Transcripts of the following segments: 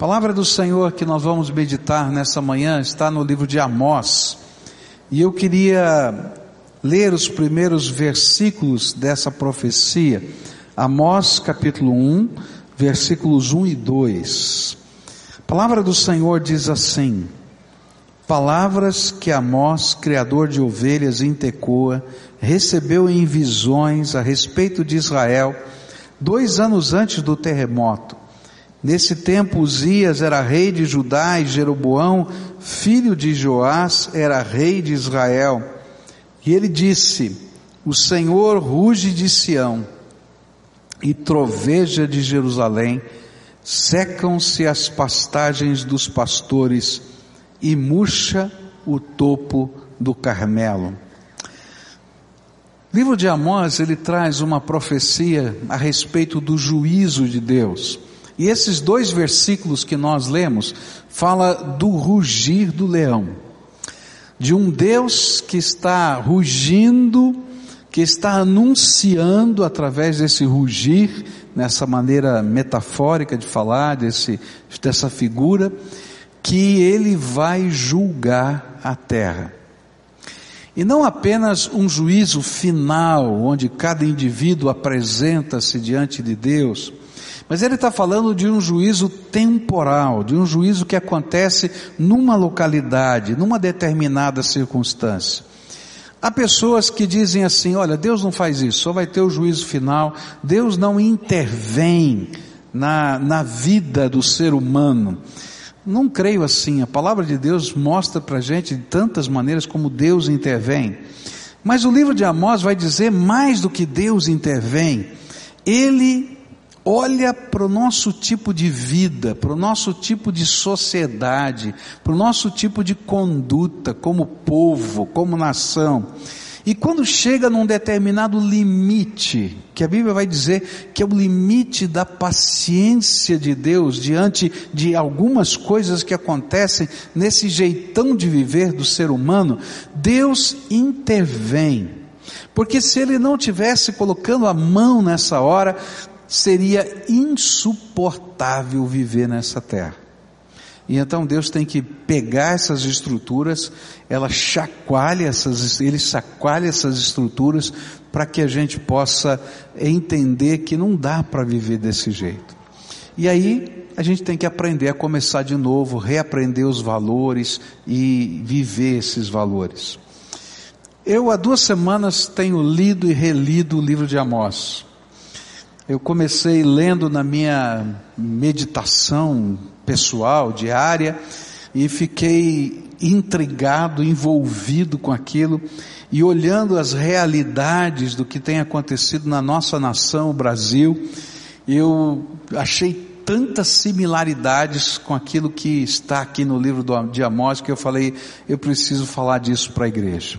palavra do Senhor que nós vamos meditar nessa manhã está no livro de Amós, e eu queria ler os primeiros versículos dessa profecia. Amós capítulo 1, versículos 1 e 2. A palavra do Senhor diz assim: palavras que Amós, criador de ovelhas em Tecoa, recebeu em visões a respeito de Israel, 2 anos antes do terremoto. Nesse tempo Uzias era rei de Judá e Jeroboão, filho de Joás, era rei de Israel. E ele disse: o Senhor ruge de Sião e troveja de Jerusalém, secam-se as pastagens dos pastores e murcha o topo do Carmelo. O livro de Amós, ele traz uma profecia a respeito do juízo de Deus. E esses 2 versículos que nós lemos, fala do rugir do leão. De um Deus que está rugindo, que está anunciando através desse rugir, nessa maneira metafórica de falar, dessa figura, que ele vai julgar a terra. E não apenas um juízo final, onde cada indivíduo apresenta-se diante de Deus, mas ele está falando de um juízo temporal, de um juízo que acontece numa localidade, numa determinada circunstância. Há pessoas que dizem assim: olha, Deus não faz isso, só vai ter o juízo final, Deus não intervém na vida do ser humano. Não creio assim. A palavra de Deus mostra para a gente de tantas maneiras como Deus intervém. Mas o livro de Amós vai dizer mais do que Deus intervém. Ele olha para o nosso tipo de vida, para o nosso tipo de sociedade, para o nosso tipo de conduta como povo, como nação. E quando chega num determinado limite, que a Bíblia vai dizer que é o limite da paciência de Deus diante de algumas coisas que acontecem nesse jeitão de viver do ser humano, Deus intervém. Porque se Ele não tivesse colocando a mão nessa hora, seria insuportável viver nessa terra. E então Deus tem que pegar essas estruturas, ele chacoalha essas estruturas para que a gente possa entender que não dá para viver desse jeito. E aí a gente tem que aprender a começar de novo, reaprender os valores e viver esses valores. Eu há 2 semanas tenho lido e relido o livro de Amós. Eu comecei lendo na minha meditação pessoal, diária, e fiquei intrigado, envolvido com aquilo, e olhando as realidades do que tem acontecido na nossa nação, o Brasil, eu achei tantas similaridades com aquilo que está aqui no livro de Amós, que eu falei, eu preciso falar disso para a igreja.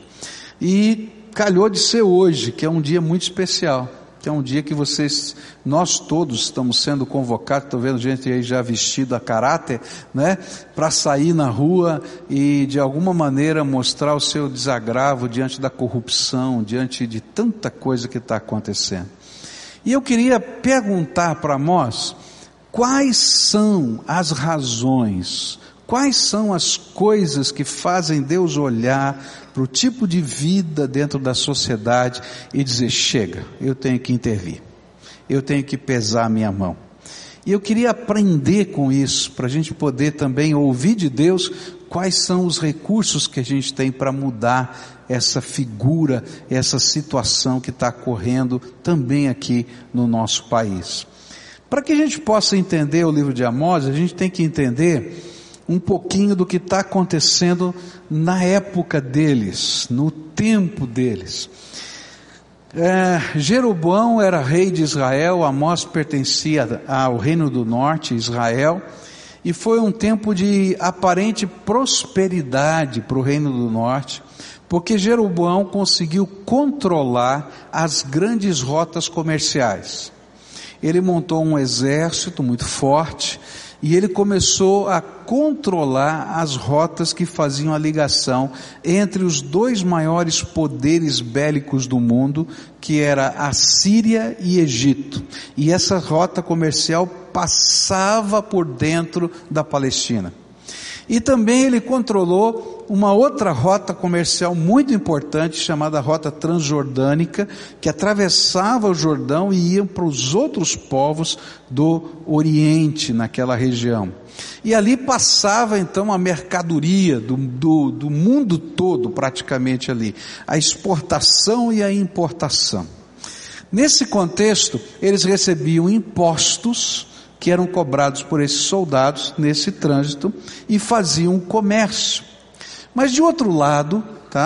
E calhou de ser hoje, que é um dia muito especial, que é um dia que nós todos estamos sendo convocados, estou vendo gente aí já vestida a caráter, né, para sair na rua e de alguma maneira mostrar o seu desagravo diante da corrupção, diante de tanta coisa que está acontecendo. E eu queria perguntar para Amós, quais são as razões, quais são as coisas que fazem Deus olhar para o tipo de vida dentro da sociedade e dizer: chega, eu tenho que intervir, eu tenho que pesar a minha mão. E eu queria aprender com isso, para a gente poder também ouvir de Deus quais são os recursos que a gente tem para mudar essa figura, essa situação que está ocorrendo também aqui no nosso país. Para que a gente possa entender o livro de Amós, a gente tem que entender um pouquinho do que está acontecendo na época deles, no tempo deles. Jeroboão era rei de Israel, Amós pertencia ao reino do norte, Israel, e foi um tempo de aparente prosperidade para o reino do norte, porque Jeroboão conseguiu controlar as grandes rotas comerciais. Ele montou um exército muito forte, e ele começou a controlar as rotas que faziam a ligação entre os dois maiores poderes bélicos do mundo, que era a Síria e Egito. E essa rota comercial passava por dentro da Palestina. E também ele controlou uma outra rota comercial muito importante, chamada Rota Transjordânica, que atravessava o Jordão e ia para os outros povos do Oriente, naquela região. E ali passava então a mercadoria do mundo todo, praticamente ali, a exportação e a importação. Nesse contexto, eles recebiam impostos que eram cobrados por esses soldados nesse trânsito e faziam comércio. Mas de outro lado,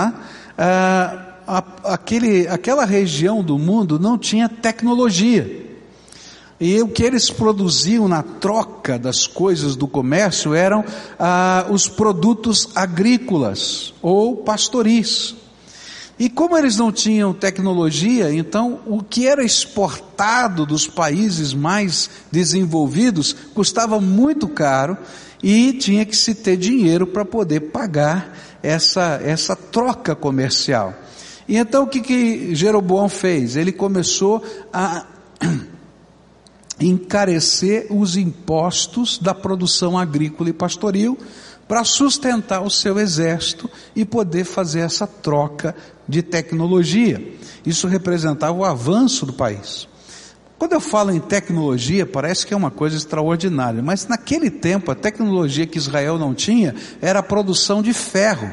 aquela região do mundo não tinha tecnologia. E o que eles produziam na troca das coisas do comércio eram os produtos agrícolas ou pastoris. E como eles não tinham tecnologia, então o que era exportado dos países mais desenvolvidos custava muito caro e tinha que se ter dinheiro para poder pagar essa troca comercial. E então o que Jeroboão fez? Ele começou a encarecer os impostos da produção agrícola e pastoril para sustentar o seu exército e poder fazer essa troca de tecnologia. Isso representava o avanço do país. Quando eu falo em tecnologia, parece que é uma coisa extraordinária, mas naquele tempo a tecnologia que Israel não tinha era a produção de ferro.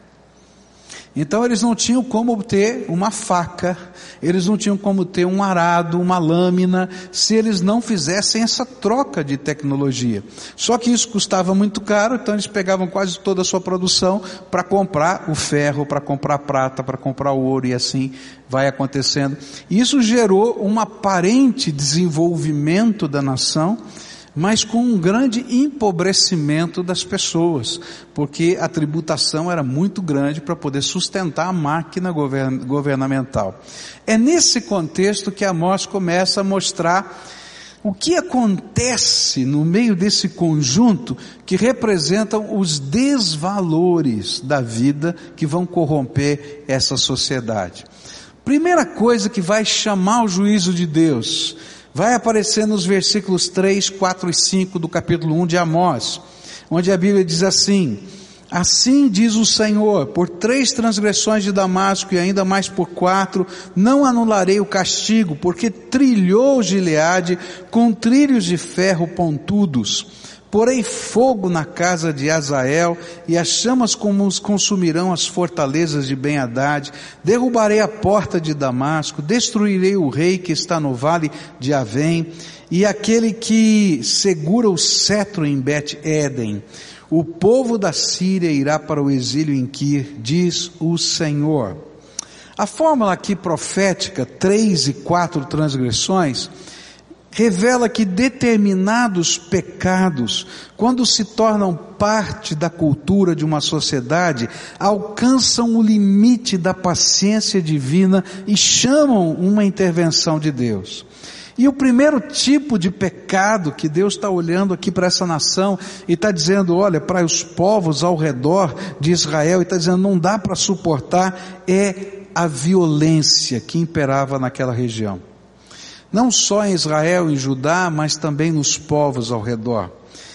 Então eles não tinham como ter uma faca, eles não tinham como ter um arado, uma lâmina, se eles não fizessem essa troca de tecnologia. Só que isso custava muito caro, então eles pegavam quase toda a sua produção para comprar o ferro, para comprar a prata, para comprar o ouro, e assim vai acontecendo. E isso gerou um aparente desenvolvimento da nação, mas com um grande empobrecimento das pessoas, porque a tributação era muito grande para poder sustentar a máquina governamental. É nesse contexto que Amós começa a mostrar o que acontece no meio desse conjunto que representam os desvalores da vida que vão corromper essa sociedade. Primeira coisa que vai chamar o juízo de Deus vai aparecer nos versículos 3, 4 e 5 do capítulo 1 de Amós, onde a Bíblia diz assim: assim diz o Senhor, por 3 transgressões de Damasco e ainda mais por 4, não anularei o castigo, porque trilhou Gileade com trilhos de ferro pontudos. Porei fogo na casa de Azael, e as chamas consumirão as fortalezas de Ben-Hadad. Derrubarei a porta de Damasco, destruirei o rei que está no vale de Avém, e aquele que segura o cetro em Bet-Eden. O povo da Síria irá para o exílio em Quir, diz o Senhor. A fórmula aqui profética, 3 e 4 transgressões, revela que determinados pecados, quando se tornam parte da cultura de uma sociedade, alcançam o limite da paciência divina e chamam uma intervenção de Deus. E o primeiro tipo de pecado que Deus está olhando aqui para essa nação e está dizendo, olha, para os povos ao redor de Israel, e está dizendo, não dá para suportar, é a violência que imperava naquela região. Não só em Israel, em Judá, mas também nos povos ao redor.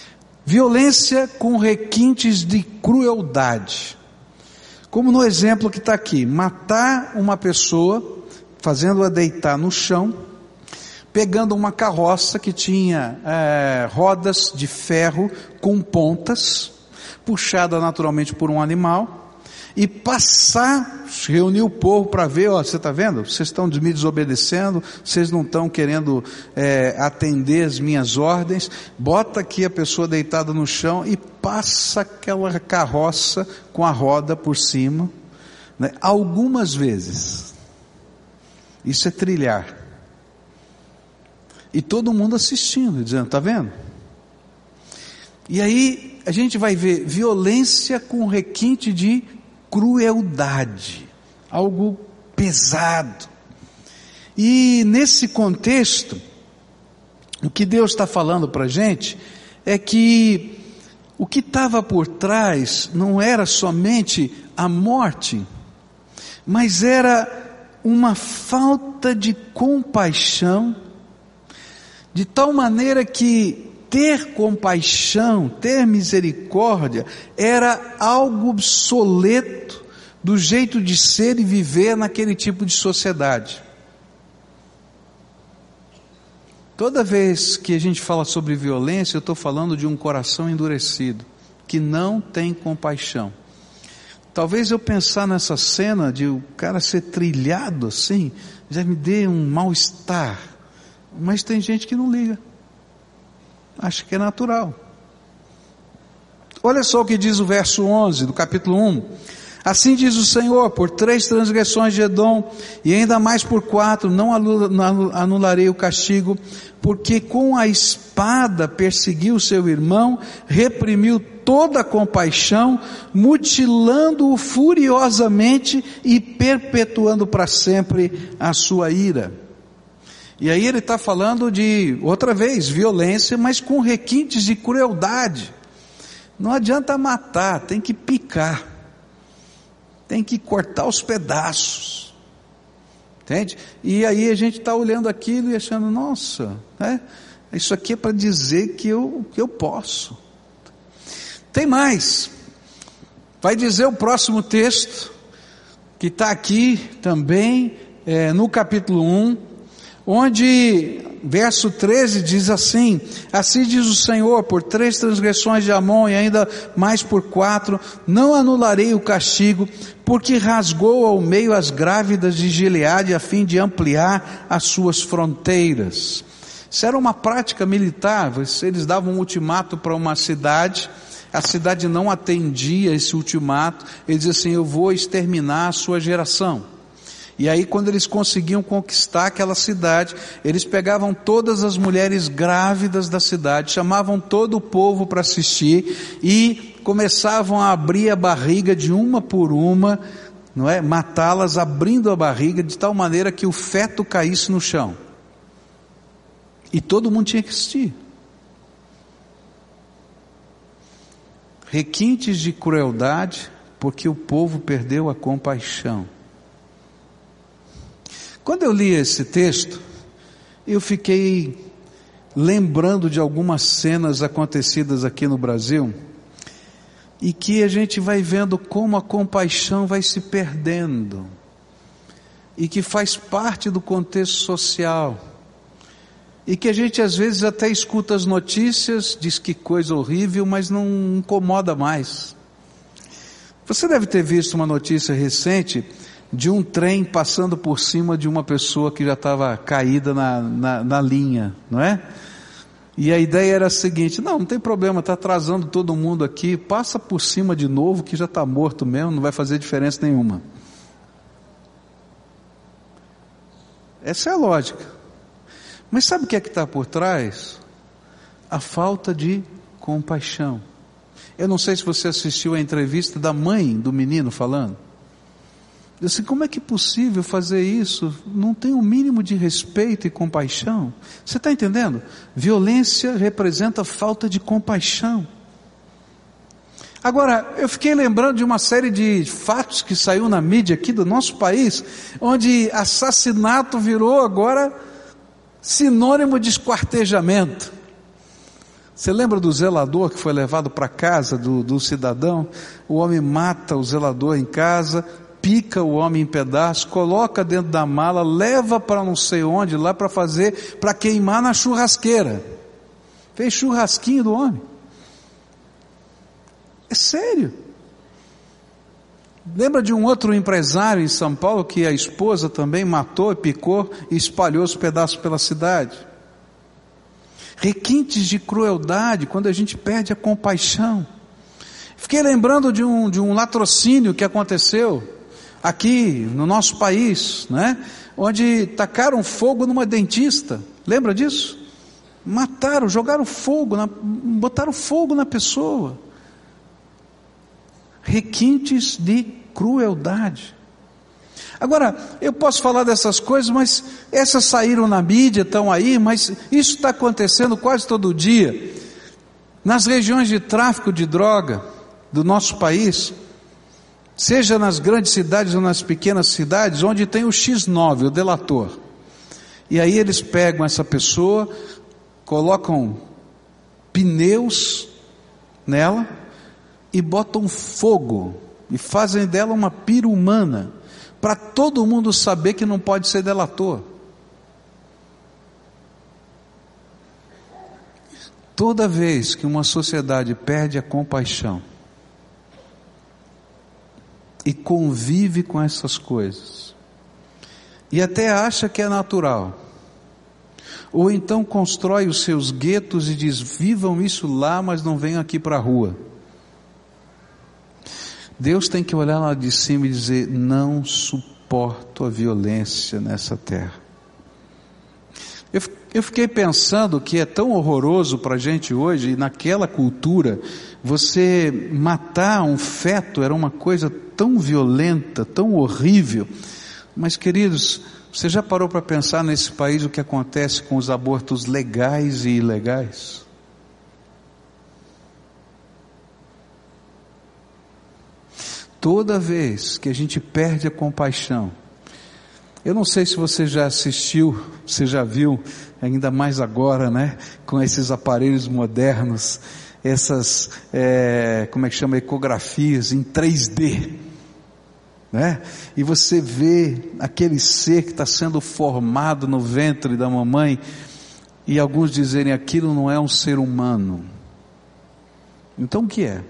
Violência com requintes de crueldade. Como no exemplo que está aqui, matar uma pessoa, fazendo-a deitar no chão, pegando uma carroça que tinha rodas de ferro com pontas, puxada naturalmente por um animal, e passar, reunir o povo para ver, ó, você está vendo? Vocês estão me desobedecendo, vocês não estão querendo atender as minhas ordens, bota aqui a pessoa deitada no chão e passa aquela carroça com a roda por cima, né? Algumas vezes. Isso é trilhar. E todo mundo assistindo, dizendo, está vendo? E aí a gente vai ver violência com requinte de crueldade, algo pesado. E nesse contexto, o que Deus está falando para a gente é que o que estava por trás não era somente a morte, mas era uma falta de compaixão, de tal maneira que ter compaixão, ter misericórdia, era algo obsoleto do jeito de ser e viver naquele tipo de sociedade. Toda vez que a gente fala sobre violência, eu estou falando de um coração endurecido, que não tem compaixão. Talvez eu pensar nessa cena de o cara ser trilhado assim, já me dê um mal-estar. Mas tem gente que não liga. Acha que é natural. Olha só o que diz o verso 11 do capítulo 1. Assim diz o Senhor, por 3 transgressões de Edom, e ainda mais por 4, não anularei o castigo, porque com a espada perseguiu seu irmão, reprimiu toda a compaixão, mutilando-o furiosamente e perpetuando para sempre a sua ira. E aí ele está falando de, outra vez, violência, mas com requintes de crueldade. Não adianta matar, tem que picar. Tem que cortar os pedaços, entende? E aí a gente está olhando aquilo e achando, nossa, isso aqui é para dizer que eu posso. Tem mais, vai dizer o próximo texto, que está aqui também, no capítulo 1, onde, verso 13 diz assim, assim diz o Senhor, por 3 transgressões de Amon e ainda mais por 4, não anularei o castigo, porque rasgou ao meio as grávidas de Gileade a fim de ampliar as suas fronteiras. Isso era uma prática militar, eles davam um ultimato para uma cidade, a cidade não atendia esse ultimato, eles diziam assim, eu vou exterminar a sua geração. E aí quando eles conseguiam conquistar aquela cidade, eles pegavam todas as mulheres grávidas da cidade, chamavam todo o povo para assistir e começavam a abrir a barriga de uma por uma, não é? Matá-las abrindo a barriga de tal maneira que o feto caísse no chão. E todo mundo tinha que assistir. Requintes de crueldade, porque o povo perdeu a compaixão. Quando eu li esse texto, eu fiquei lembrando de algumas cenas acontecidas aqui no Brasil, e que a gente vai vendo como a compaixão vai se perdendo, e que faz parte do contexto social, e que a gente às vezes até escuta as notícias, diz que coisa horrível, mas não incomoda mais. Você deve ter visto uma notícia recente, de um trem passando por cima de uma pessoa que já estava caída na linha, não é? E a ideia era a seguinte, não tem problema, está atrasando todo mundo aqui, passa por cima de novo que já está morto mesmo, não vai fazer diferença nenhuma. Essa é a lógica. Mas sabe o que é que está por trás? A falta de compaixão. Eu não sei se você assistiu a entrevista da mãe do menino falando. Eu disse, como é que é possível fazer isso? Não tem o mínimo de respeito e compaixão? Você está entendendo? Violência representa falta de compaixão. Agora, eu fiquei lembrando de uma série de fatos que saiu na mídia aqui do nosso país, onde assassinato virou agora sinônimo de esquartejamento. Você lembra do zelador que foi levado para a casa do cidadão? O homem mata o zelador em casa, pica o homem em pedaços, coloca dentro da mala, leva para não sei onde, lá para queimar na churrasqueira. Fez churrasquinho do homem. É sério. Lembra de um outro empresário em São Paulo que a esposa também matou, picou e espalhou os pedaços pela cidade? Requintes de crueldade, quando a gente perde a compaixão. Fiquei lembrando de um latrocínio que aconteceu aqui no nosso país, né? Onde tacaram fogo numa dentista. Lembra disso? Mataram, jogaram fogo, botaram fogo na pessoa. Requintes de crueldade. Agora, eu posso falar dessas coisas, mas essas saíram na mídia, estão aí, mas isso está acontecendo quase todo dia. nas regiões de tráfico de droga do nosso país, seja nas grandes cidades ou nas pequenas cidades, onde tem o X9, o delator. E aí eles pegam essa pessoa, colocam pneus nela e botam fogo e fazem dela uma pira humana, para todo mundo saber que não pode ser delator. Toda vez que uma sociedade perde a compaixão e convive com essas coisas, e até acha que é natural, ou então constrói os seus guetos e diz: vivam isso lá, mas não venham aqui para a rua. Deus tem que olhar lá de cima e dizer: não suporto a violência nessa terra. Eu fiquei pensando que é tão horroroso para a gente hoje, e naquela cultura, você matar um feto era uma coisa tão violenta, tão horrível. Mas, queridos, você já parou para pensar nesse país o que acontece com os abortos legais e ilegais? Toda vez que a gente perde a compaixão, eu não sei se você já assistiu, você já viu, ainda mais agora, né, com esses aparelhos modernos, essas, como é que chama, ecografias em 3D, né? E você vê aquele ser que está sendo formado no ventre da mamãe, e alguns dizerem: aquilo não é um ser humano. Então o que é?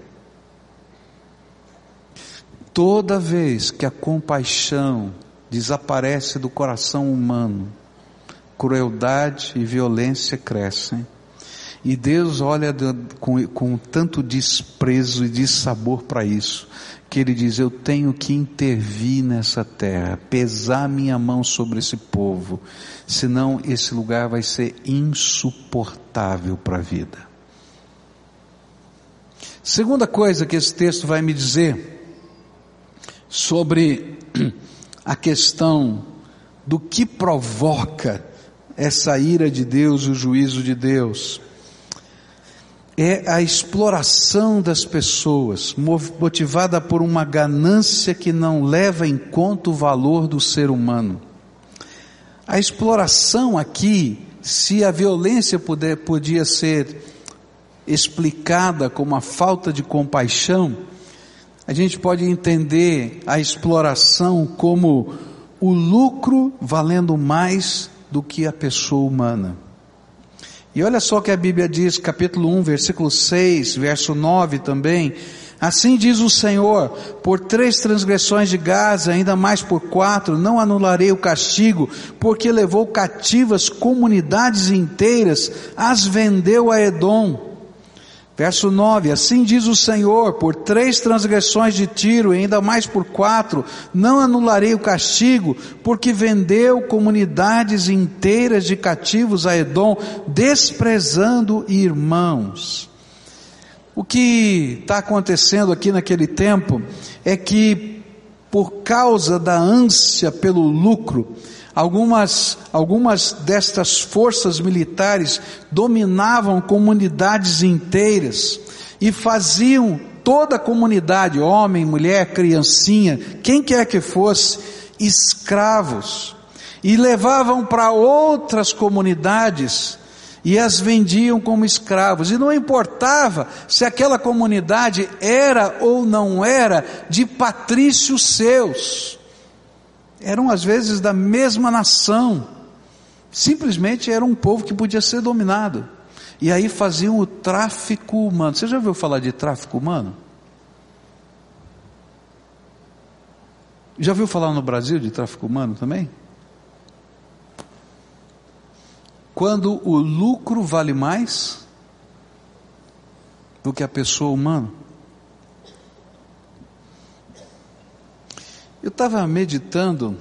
Toda vez que a compaixão desaparece do coração humano, crueldade e violência crescem, e Deus olha com tanto desprezo e dissabor para isso, que Ele diz: eu tenho que intervir nessa terra, pesar minha mão sobre esse povo, senão esse lugar vai ser insuportável para a vida. Segunda coisa que esse texto vai me dizer sobre a questão do que provoca essa ira de Deus e o juízo de Deus, é a exploração das pessoas, motivada por uma ganância que não leva em conta o valor do ser humano. A exploração aqui, se a violência podia ser explicada como a falta de compaixão, a gente pode entender a exploração como o lucro valendo mais do que a pessoa humana. E olha só o que a Bíblia diz, capítulo 1, versículo 6, verso 9 também: assim diz o Senhor, por 3 transgressões de Gaza, ainda mais por 4, não anularei o castigo, porque levou cativas comunidades inteiras, as vendeu a Edom. Verso 9, assim diz o Senhor, por 3 transgressões de Tiro, e ainda mais por 4, não anularei o castigo, porque vendeu comunidades inteiras de cativos a Edom, desprezando irmãos. O que está acontecendo aqui naquele tempo, é que por causa da ânsia pelo lucro, algumas destas forças militares dominavam comunidades inteiras e faziam toda a comunidade, homem, mulher, criancinha, quem quer que fosse, escravos, e levavam para outras comunidades e as vendiam como escravos, e não importava se aquela comunidade era ou não era de patrícios seus, eram às vezes da mesma nação, simplesmente era um povo que podia ser dominado, e aí faziam o tráfico humano. Você já ouviu falar de tráfico humano? Já ouviu falar no Brasil de tráfico humano também? Quando o lucro vale mais do que a pessoa humana. Eu estava meditando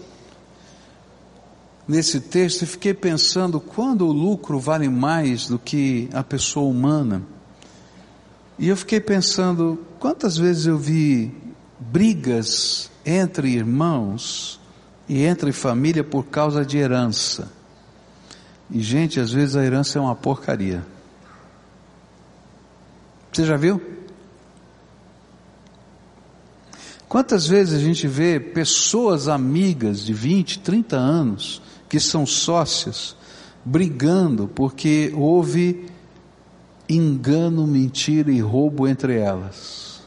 nesse texto e fiquei pensando, quando o lucro vale mais do que a pessoa humana, e eu fiquei pensando, quantas vezes eu vi brigas entre irmãos e entre família por causa de herança, e gente, às vezes a herança é uma porcaria, Você já viu? Quantas vezes a gente vê pessoas amigas de 20, 30 anos, que são sócias, brigando porque houve engano, mentira e roubo entre elas.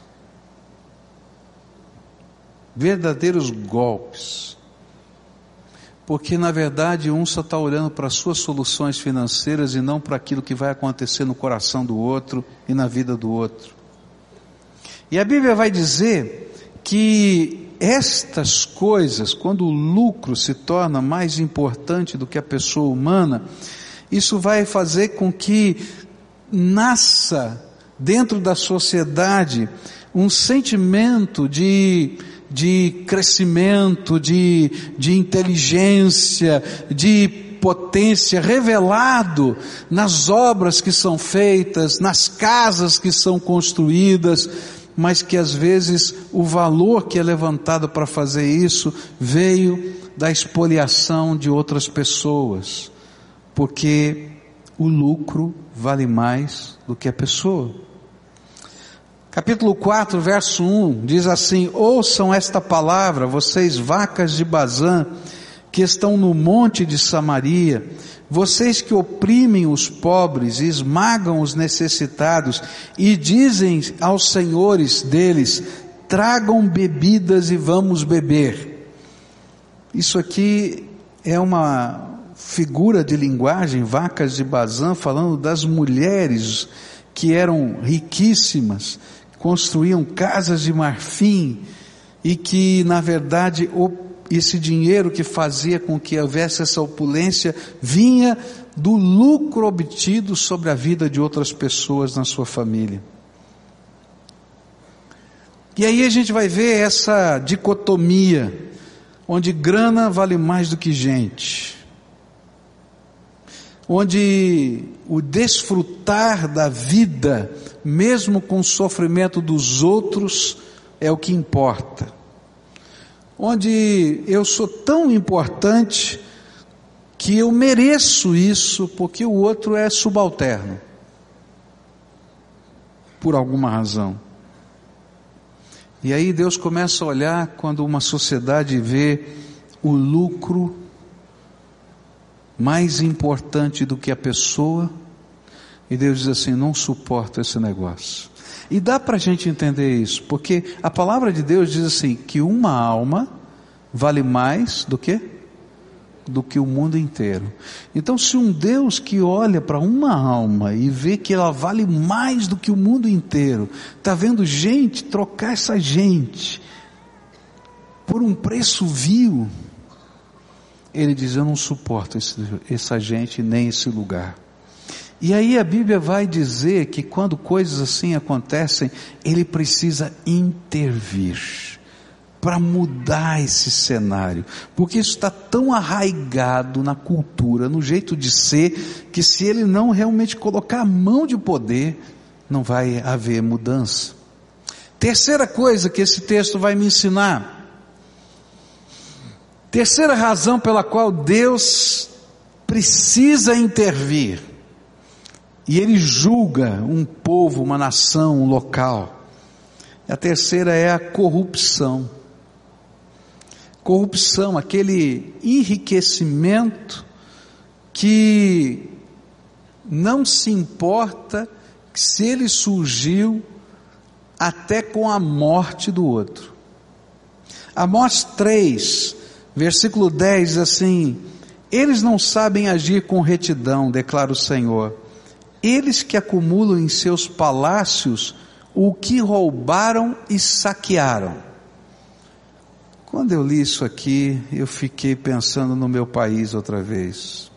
Verdadeiros golpes. Porque na verdade um só está olhando para as suas soluções financeiras e não para aquilo que vai acontecer no coração do outro e na vida do outro. E a Bíblia vai dizer que estas coisas, quando o lucro se torna mais importante do que a pessoa humana, isso vai fazer com que nasça dentro da sociedade um sentimento de crescimento, de inteligência, de potência revelado nas obras que são feitas, nas casas que são construídas, mas que às vezes o valor que é levantado para fazer isso veio da expoliação de outras pessoas, porque o lucro vale mais do que a pessoa. Capítulo 4, verso 1, diz assim: ouçam esta palavra, vocês vacas de Bazã, que estão no monte de Samaria, vocês que oprimem os pobres e esmagam os necessitados, e dizem aos senhores deles: tragam bebidas e vamos beber. Isso aqui é uma figura de linguagem, vacas de Bazã, falando das mulheres que eram riquíssimas, construíam casas de marfim, e que na verdade esse dinheiro que fazia com que houvesse essa opulência vinha do lucro obtido sobre a vida de outras pessoas na sua família. E aí a gente vai ver essa dicotomia, onde grana vale mais do que gente, onde o desfrutar da vida, mesmo com o sofrimento dos outros, é o que importa. Onde eu sou tão importante que eu mereço isso porque o outro é subalterno, por alguma razão. E aí Deus começa a olhar quando uma sociedade vê o lucro mais importante do que a pessoa, e Deus diz assim: não suporto esse negócio. E dá para a gente entender isso, porque a palavra de Deus diz assim, que uma alma vale mais do que o mundo inteiro. Então, se um Deus que olha para uma alma e vê que ela vale mais do que o mundo inteiro, está vendo gente trocar essa gente por um preço vil, Ele diz: eu não suporto essa gente nem esse lugar. E aí a Bíblia vai dizer que quando coisas assim acontecem, Ele precisa intervir para mudar esse cenário, porque isso está tão arraigado na cultura, no jeito de ser, que se Ele não realmente colocar a mão de poder, não vai haver mudança. Terceira coisa que esse texto vai me ensinar, terceira razão pela qual Deus precisa intervir, e Ele julga um povo, uma nação, um local. A terceira é a corrupção. Corrupção, aquele enriquecimento que não se importa se ele surgiu até com a morte do outro. Amós 3, versículo 10 diz assim: eles não sabem agir com retidão, declara o Senhor. Eles que acumulam em seus palácios o que roubaram e saquearam. Quando eu li isso aqui, eu fiquei pensando no meu país outra vez.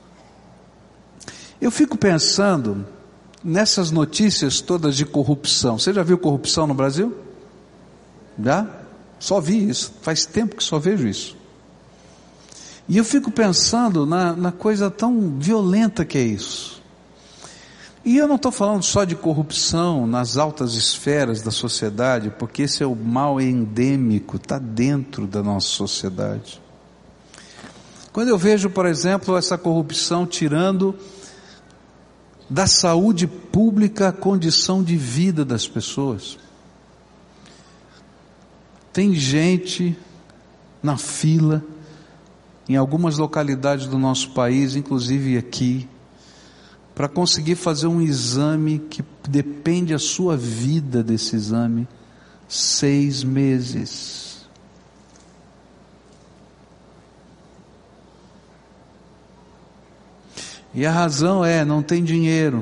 Eu fico pensando nessas notícias todas de corrupção. Você já viu corrupção no Brasil? Já? Só vi isso, faz tempo que só vejo isso. E eu fico pensando na coisa tão violenta que é isso. E eu não estou falando só de corrupção nas altas esferas da sociedade, porque esse é o mal endêmico, está dentro da nossa sociedade. Quando eu vejo, por exemplo, essa corrupção tirando da saúde pública à condição de vida das pessoas. Tem gente na fila, em algumas localidades do nosso país, inclusive aqui, para conseguir fazer um exame que depende a sua vida desse exame, 6 meses. E a razão é, não tem dinheiro.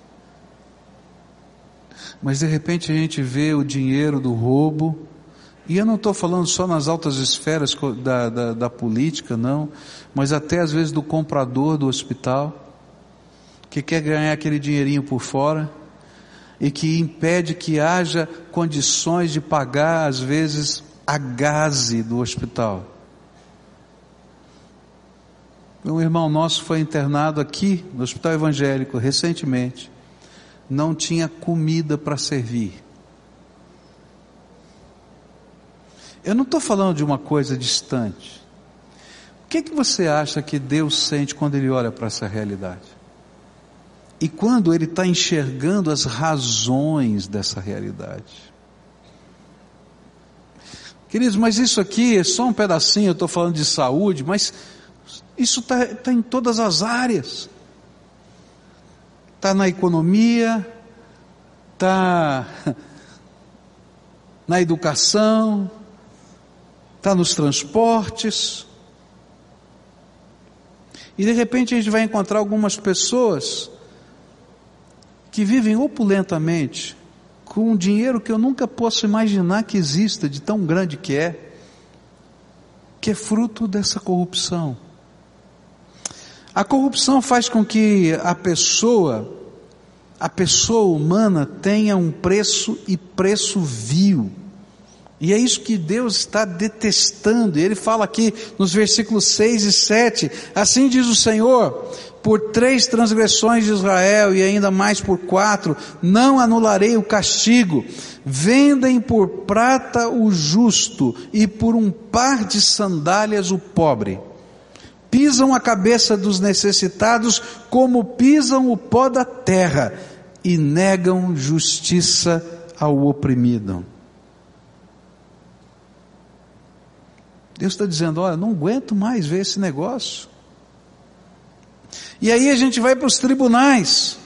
Mas de repente a gente vê o dinheiro do roubo, e eu não estou falando só nas altas esferas da política, não, mas até às vezes do comprador do hospital, que quer ganhar aquele dinheirinho por fora, e que impede que haja condições de pagar, às vezes, a gase do hospital. Um irmão nosso foi internado aqui, no hospital evangélico, recentemente, não tinha comida para servir. Eu não estou falando de uma coisa distante. O que você acha que Deus sente quando Ele olha para essa realidade? E quando Ele está enxergando as razões dessa realidade? Queridos, mas isso aqui é só um pedacinho, eu estou falando de saúde, mas isso está em todas as áreas. Está na economia, está na educação, está nos transportes. E de repente a gente vai encontrar algumas pessoas que vivem opulentamente, com um dinheiro que eu nunca posso imaginar que exista, de tão grande que é fruto dessa corrupção. A corrupção faz com que a pessoa humana tenha um preço e preço vil. E é isso que Deus está detestando. E Ele fala aqui nos versículos 6 e 7, assim diz o Senhor: por 3 transgressões de Israel, e ainda mais por 4, não anularei o castigo. Vendem por prata o justo, e por um par de sandálias o pobre. Pisam a cabeça dos necessitados, como pisam o pó da terra, e negam justiça ao oprimido. Deus está dizendo, olha, não aguento mais ver esse negócio. E aí a gente vai para os tribunais.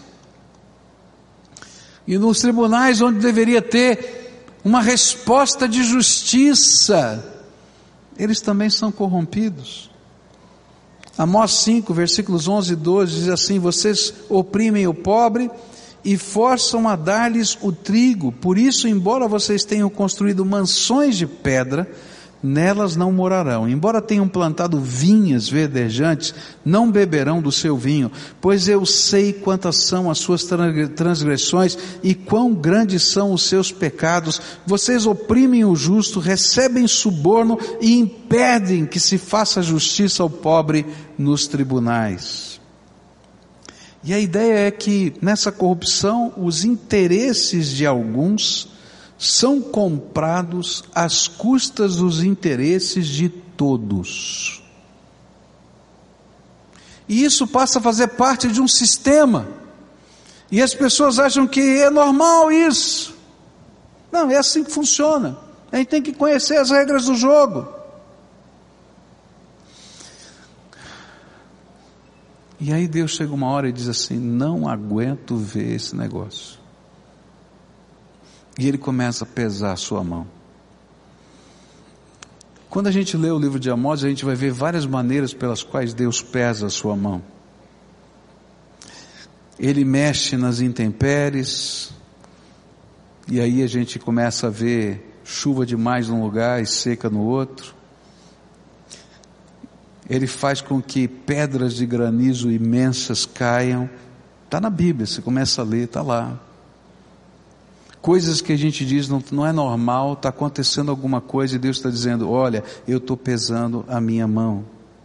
E nos tribunais onde deveria ter uma resposta de justiça, eles também são corrompidos. Amós 5, versículos 11 e 12, diz assim: vocês oprimem o pobre e forçam a dar-lhes o trigo. Por isso, embora vocês tenham construído mansões de pedra, nelas não morarão. Embora tenham plantado vinhas verdejantes, não beberão do seu vinho, pois eu sei quantas são as suas transgressões e quão grandes são os seus pecados. Vocês oprimem o justo, recebem suborno e impedem que se faça justiça ao pobre nos tribunais. E a ideia é que nessa corrupção os interesses de alguns são comprados às custas dos interesses de todos. E isso passa a fazer parte de um sistema. E as pessoas acham que é normal isso. Não, é assim que funciona. A gente tem que conhecer as regras do jogo. E aí Deus chega uma hora e diz assim: não aguento ver esse negócio. E Ele começa a pesar a sua mão. Quando a gente lê o livro de Amós, a gente vai ver várias maneiras pelas quais Deus pesa a sua mão. Ele mexe nas intempéries, e aí a gente começa a ver chuva demais num lugar e seca no outro. Ele faz com que pedras de granizo imensas caiam. Está na Bíblia, você começa a ler, está lá. Coisas que a gente diz não é normal, está acontecendo alguma coisa e Deus está dizendo, olha, eu estou pesando a minha mão.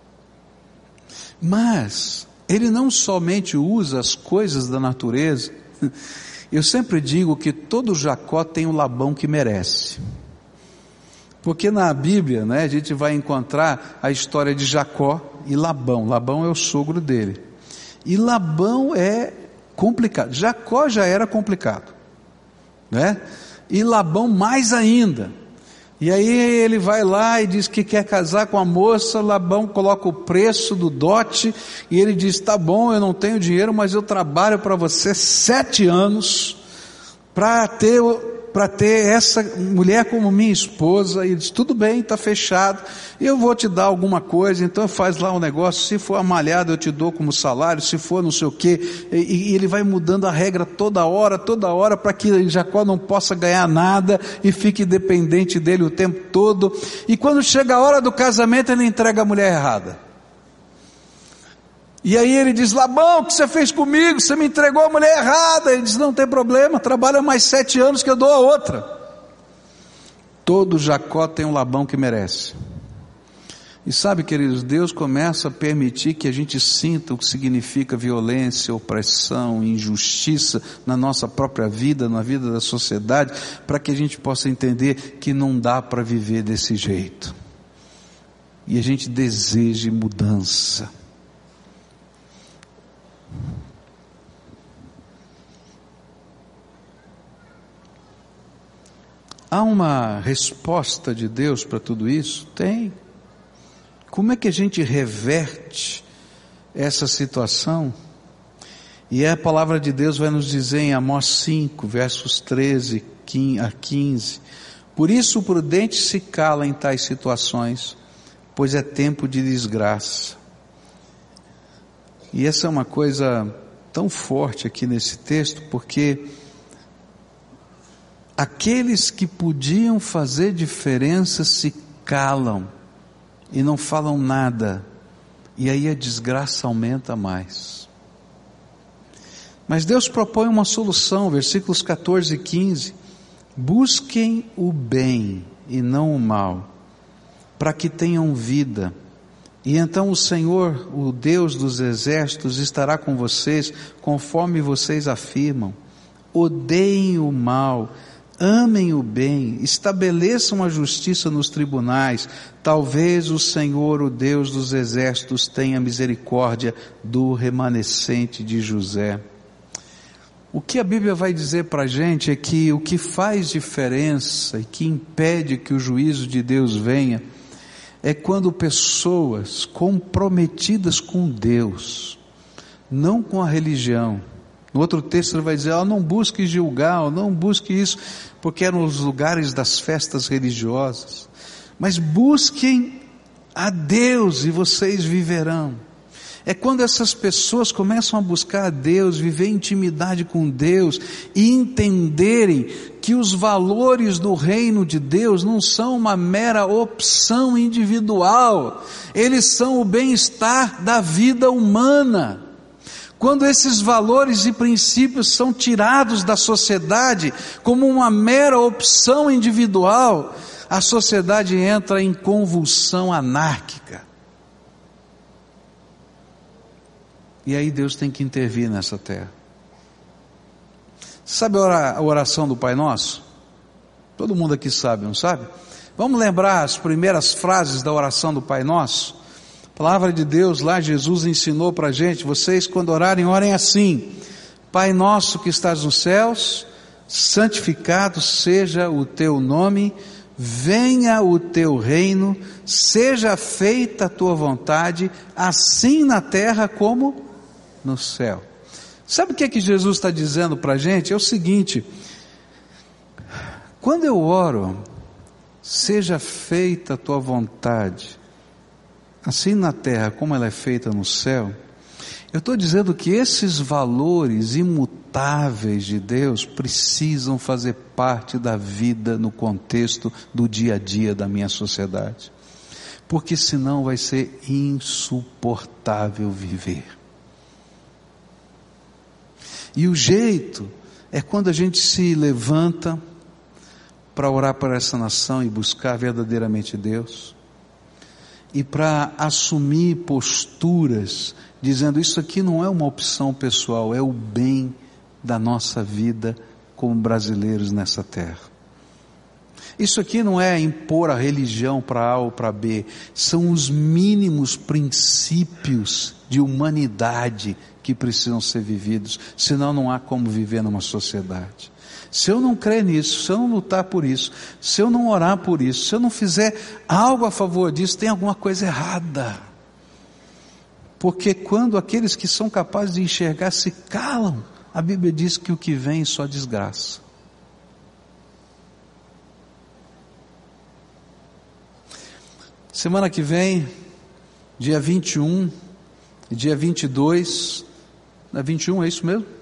Mas Ele não somente usa as coisas da natureza. Eu sempre digo que todo Jacó tem o Labão que merece. Porque na Bíblia, a gente vai encontrar a história de Jacó e Labão. Labão é o sogro dele. E Labão é complicado. Jacó já era complicado, né? E Labão mais ainda. E aí ele vai lá e diz que quer casar com a moça. Labão coloca o preço do dote e ele diz: tá bom, eu não tenho dinheiro, mas eu trabalho para você 7 anos para ter essa mulher como minha esposa. E ele diz: tudo bem, está fechado, eu vou te dar alguma coisa, então faz lá um negócio, se for amalhado eu te dou como salário, se for não sei o que, e ele vai mudando a regra toda hora, para que Jacó não possa ganhar nada, e fique dependente dele o tempo todo, e quando chega a hora do casamento, ele entrega a mulher errada. E aí ele diz: Labão, o que você fez comigo? Você me entregou a mulher errada. Ele diz: não tem problema, trabalha mais 7 anos que eu dou a outra. Todo Jacó tem um Labão que merece. E sabe, queridos, Deus começa a permitir que a gente sinta o que significa violência, opressão, injustiça na nossa própria vida, na vida da sociedade, para que a gente possa entender que não dá para viver desse jeito. E a gente deseje mudança. Há uma resposta de Deus para tudo isso? Tem. Como é que a gente reverte essa situação? E a palavra de Deus vai nos dizer em Amós 5, versos 13 a 15: por isso o prudente se cala em tais situações, pois é tempo de desgraça. E essa é uma coisa tão forte aqui nesse texto, porque aqueles que podiam fazer diferença se calam e não falam nada, e aí a desgraça aumenta mais. Mas Deus propõe uma solução, versículos 14 e 15: busquem o bem e não o mal, para que tenham vida, e então o Senhor, o Deus dos exércitos, estará com vocês, conforme vocês afirmam. Odeiem o mal, amem o bem, estabeleçam a justiça nos tribunais. Talvez o Senhor, o Deus dos exércitos, tenha misericórdia do remanescente de José. O que a Bíblia vai dizer para a gente é que o que faz diferença e que impede que o juízo de Deus venha é quando pessoas comprometidas com Deus, não com a religião. No outro texto ele vai dizer: não busque Gilgal, não busque isso, porque eram os lugares das festas religiosas, mas busquem a Deus e vocês viverão. É quando essas pessoas começam a buscar a Deus, viver intimidade com Deus e entenderem que os valores do reino de Deus não são uma mera opção individual, eles são o bem-estar da vida humana. Quando esses valores e princípios são tirados da sociedade como uma mera opção individual, a sociedade entra em convulsão anárquica. E aí Deus tem que intervir nessa terra. Sabe a oração do Pai Nosso? Todo mundo aqui sabe, não sabe? Vamos lembrar as primeiras frases da oração do Pai Nosso? A palavra de Deus lá, Jesus ensinou para a gente: vocês quando orarem, orem assim: Pai nosso que estás nos céus, santificado seja o teu nome, venha o teu reino, seja feita a tua vontade, assim na terra como no céu. Sabe o que é que Jesus está dizendo para a gente? É o seguinte: quando eu oro, seja feita a tua vontade, assim na terra como ela é feita no céu, eu estou dizendo que esses valores imutáveis de Deus precisam fazer parte da vida no contexto do dia a dia da minha sociedade, porque senão vai ser insuportável viver. E o jeito é quando a gente se levanta para orar por essa nação e buscar verdadeiramente Deus, e para assumir posturas, dizendo: isso aqui não é uma opção pessoal, é o bem da nossa vida como brasileiros nessa terra. Isso aqui não é impor a religião para A ou para B, são os mínimos princípios de humanidade que precisam ser vividos, senão não há como viver numa sociedade. Se eu não crer nisso, se eu não lutar por isso, se eu não orar por isso, se eu não fizer algo a favor disso, tem alguma coisa errada. Porque quando aqueles que são capazes de enxergar se calam, a Bíblia diz que o que vem é só desgraça. Semana que vem, dia 21 e dia 22, é 21, é isso mesmo?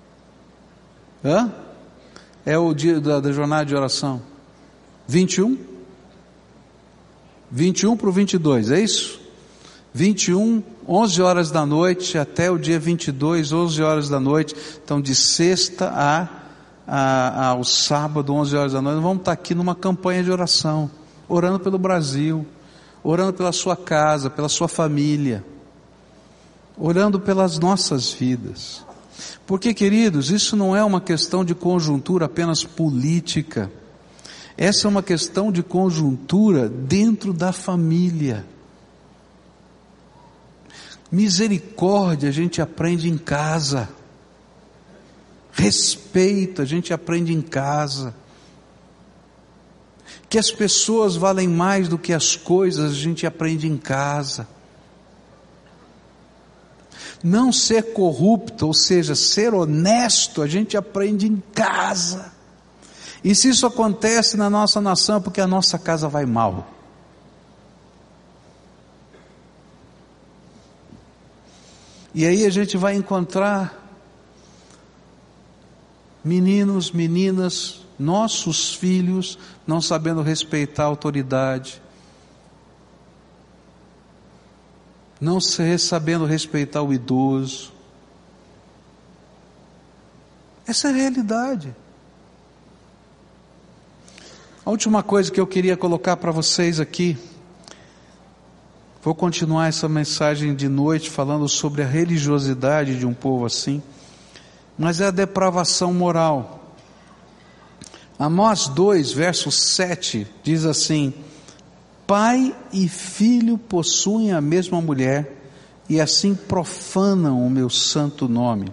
É o dia da jornada de oração. 21? 21 para o 22, é isso? 21, 11 horas da noite, até o dia 22, 11 horas da noite. Então de sexta ao sábado, 11 horas da noite, nós vamos estar aqui numa campanha de oração, orando pelo Brasil, orando pela sua casa, pela sua família, orando pelas nossas vidas. Porque, queridos, isso não é uma questão de conjuntura apenas política. Essa é uma questão de conjuntura dentro da família. Misericórdia a gente aprende em casa. Respeito a gente aprende em casa. Que as pessoas valem mais do que as coisas a gente aprende em casa. Não ser corrupto, ou seja, ser honesto, a gente aprende em casa. E se isso acontece na nossa nação, é porque a nossa casa vai mal. E aí a gente vai encontrar meninos, meninas, nossos filhos, não sabendo respeitar a autoridade, não sabendo respeitar o idoso. Essa é a realidade. A última coisa que eu queria colocar para vocês aqui, vou continuar essa mensagem de noite falando sobre a religiosidade de um povo assim, mas é a depravação moral. Amós 2, verso 7, diz assim: pai e filho possuem a mesma mulher, e assim profanam o meu santo nome.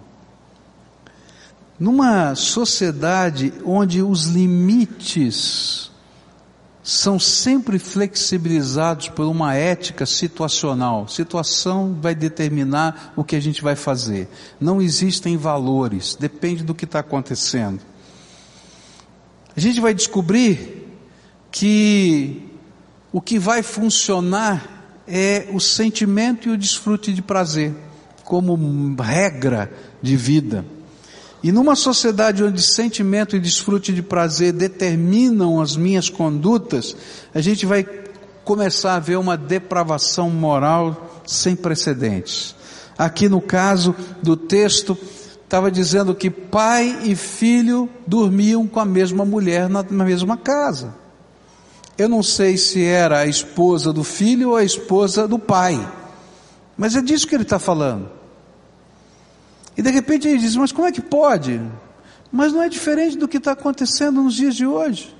Numa sociedade onde os limites são sempre flexibilizados por uma ética situacional, situação vai determinar o que a gente vai fazer, não existem valores, depende do que está acontecendo. A gente vai descobrir que o que vai funcionar é o sentimento e o desfrute de prazer, como regra de vida. E numa sociedade onde sentimento e desfrute de prazer determinam as minhas condutas, a gente vai começar a ver uma depravação moral sem precedentes. Aqui no caso do texto, estava dizendo que pai e filho dormiam com a mesma mulher na mesma casa. Eu não sei se era a esposa do filho ou a esposa do pai, mas é disso que ele está falando. E de repente ele diz, mas como é que pode? Mas não é diferente do que está acontecendo nos dias de hoje.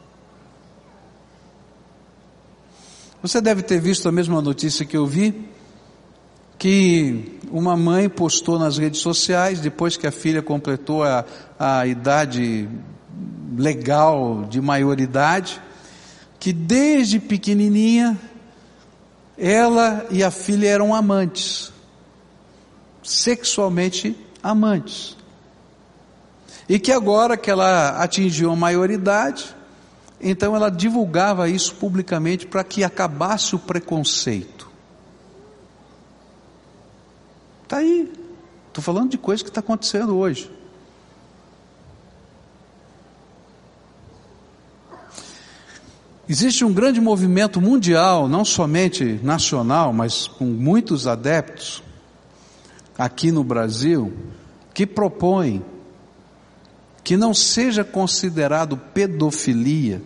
Você deve ter visto a mesma notícia que eu vi, que uma mãe postou nas redes sociais, depois que a filha completou a idade legal de maioridade, que desde pequenininha, ela e a filha eram amantes, sexualmente amantes, e que agora que ela atingiu a maioridade, então ela divulgava isso publicamente para que acabasse o preconceito. Está aí, estou falando de coisa que está acontecendo hoje. Existe um grande movimento mundial, não somente nacional, mas com muitos adeptos, aqui no Brasil, que propõe que não seja considerado pedofilia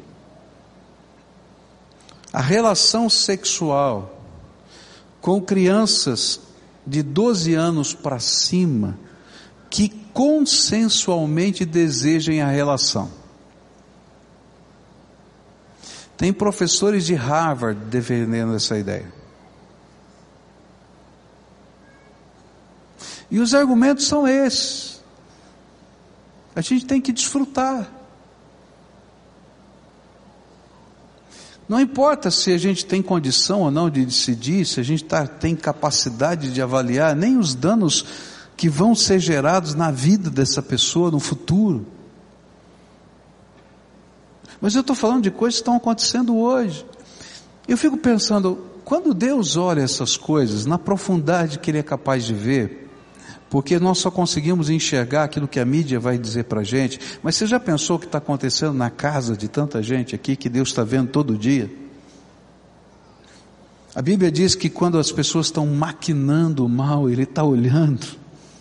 a relação sexual com crianças de 12 anos para cima que consensualmente desejem a relação. Tem professores de Harvard defendendo essa ideia. E os argumentos são esses. A gente tem que desfrutar. Não importa se a gente tem condição ou não de decidir, se a gente tem capacidade de avaliar, nem os danos que vão ser gerados na vida dessa pessoa no futuro. Mas eu estou falando de coisas que estão acontecendo hoje. Eu fico pensando, quando Deus olha essas coisas, na profundidade que Ele é capaz de ver, porque nós só conseguimos enxergar aquilo que a mídia vai dizer para a gente, mas você já pensou o que está acontecendo na casa de tanta gente aqui, que Deus está vendo todo dia? A Bíblia diz que quando as pessoas estão maquinando o mal, Ele está olhando.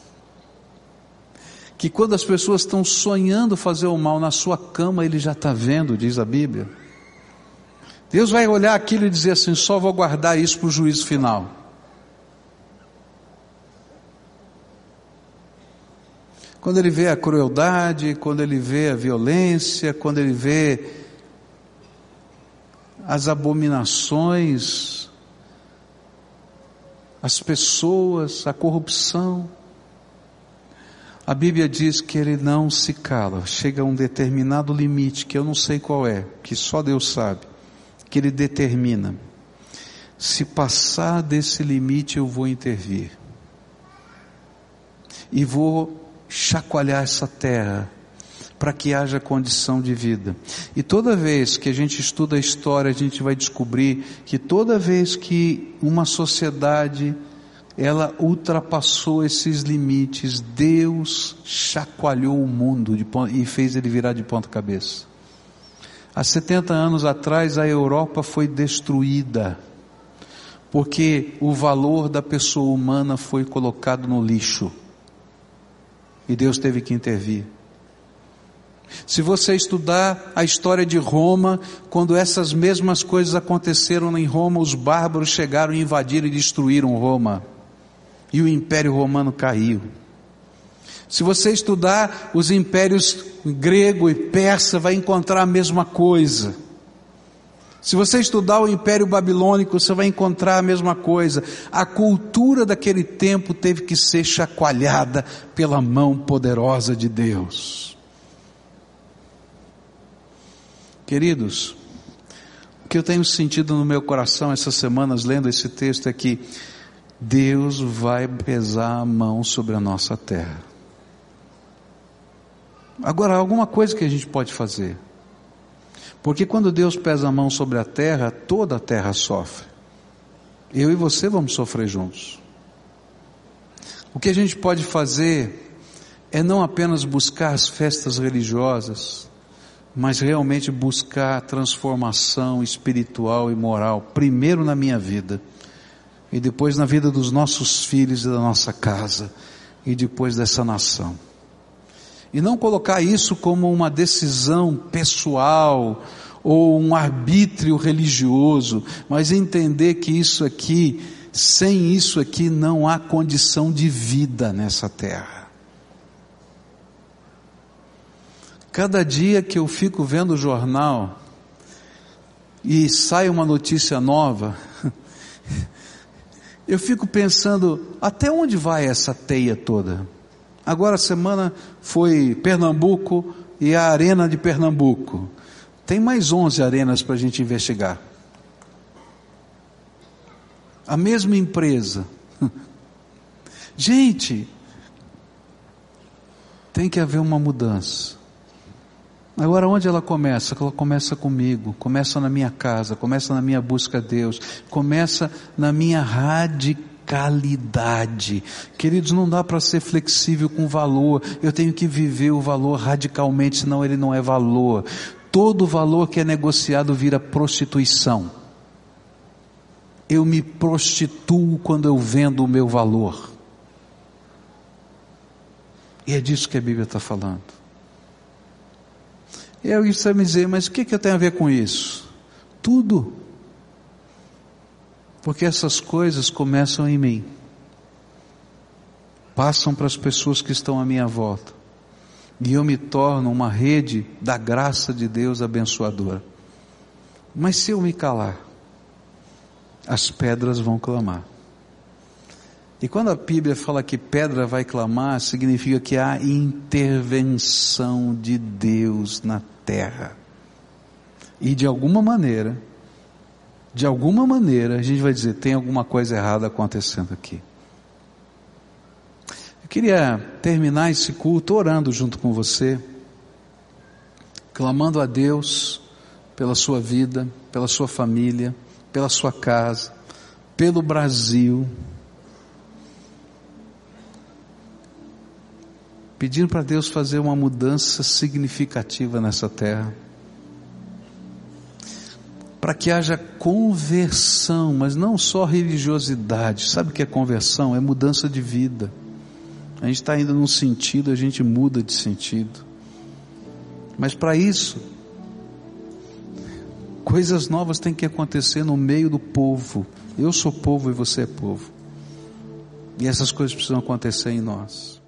Que quando as pessoas estão sonhando fazer o mal na sua cama, Ele já está vendo, diz a Bíblia. Deus vai olhar aquilo e dizer assim, só vou guardar isso para o juízo final. Quando Ele vê a crueldade, quando Ele vê a violência, quando Ele vê as abominações, as pessoas, a corrupção, a Bíblia diz que Ele não se cala, chega a um determinado limite, que eu não sei qual é, que só Deus sabe, que Ele determina. Se passar desse limite eu vou intervir. E vou chacoalhar essa terra, para que haja condição de vida. E toda vez que a gente estuda a história, a gente vai descobrir que toda vez que uma sociedade ela ultrapassou esses limites, Deus chacoalhou o mundo e fez ele virar de ponta cabeça. Há 70 anos atrás a Europa foi destruída, porque o valor da pessoa humana foi colocado no lixo, e Deus teve que intervir. Se você estudar a história de Roma, quando essas mesmas coisas aconteceram em Roma, os bárbaros chegaram e invadiram e destruíram Roma. E o Império Romano caiu. Se você estudar os impérios grego e persa, vai encontrar a mesma coisa. Se você estudar o Império Babilônico, você vai encontrar a mesma coisa. A cultura daquele tempo teve que ser chacoalhada pela mão poderosa de Deus. Queridos, o que eu tenho sentido no meu coração essas semanas lendo esse texto é que Deus vai pesar a mão sobre a nossa terra. Agora, alguma coisa que a gente pode fazer, porque quando Deus pesa a mão sobre a terra, toda a terra sofre. Eu e você vamos sofrer juntos. O que a gente pode fazer é não apenas buscar as festas religiosas, mas realmente buscar transformação espiritual e moral, primeiro na minha vida, e depois na vida dos nossos filhos e da nossa casa, e depois dessa nação. E não colocar isso como uma decisão pessoal, ou um arbítrio religioso, mas entender que isso aqui, sem isso aqui não há condição de vida nessa terra. Cada dia que eu fico vendo o jornal, e sai uma notícia nova, eu fico pensando, até onde vai essa teia toda? Agora a semana foi Pernambuco e a Arena de Pernambuco. Tem mais 11 arenas para a gente investigar. A mesma empresa. Gente, tem que haver uma mudança. Agora onde ela começa? Ela começa comigo, começa na minha casa, começa na minha busca a Deus, começa na minha radicalidade. Queridos, não dá para ser flexível com valor, eu tenho que viver o valor radicalmente, senão ele não é valor. Todo valor que é negociado vira prostituição. Eu me prostituo quando eu vendo o meu valor. E é disso que a Bíblia está falando. E aí você vai me dizer, mas o que eu tenho a ver com isso? Tudo. Porque essas coisas começam em mim. Passam para as pessoas que estão à minha volta. E eu me torno uma rede da graça de Deus abençoadora. Mas se eu me calar, as pedras vão clamar. E quando a Bíblia fala que pedra vai clamar, significa que há intervenção de Deus na terra. E de alguma maneira, a gente vai dizer, tem alguma coisa errada acontecendo aqui. Eu queria terminar esse culto orando junto com você, clamando a Deus pela sua vida, pela sua família, pela sua casa, pelo Brasil, pedindo para Deus fazer uma mudança significativa nessa terra, para que haja conversão, mas não só religiosidade. Sabe o que é conversão? É mudança de vida. A gente está indo num sentido, a gente muda de sentido. Mas para isso, coisas novas têm que acontecer no meio do povo. Eu sou povo e você é povo. E essas coisas precisam acontecer em nós.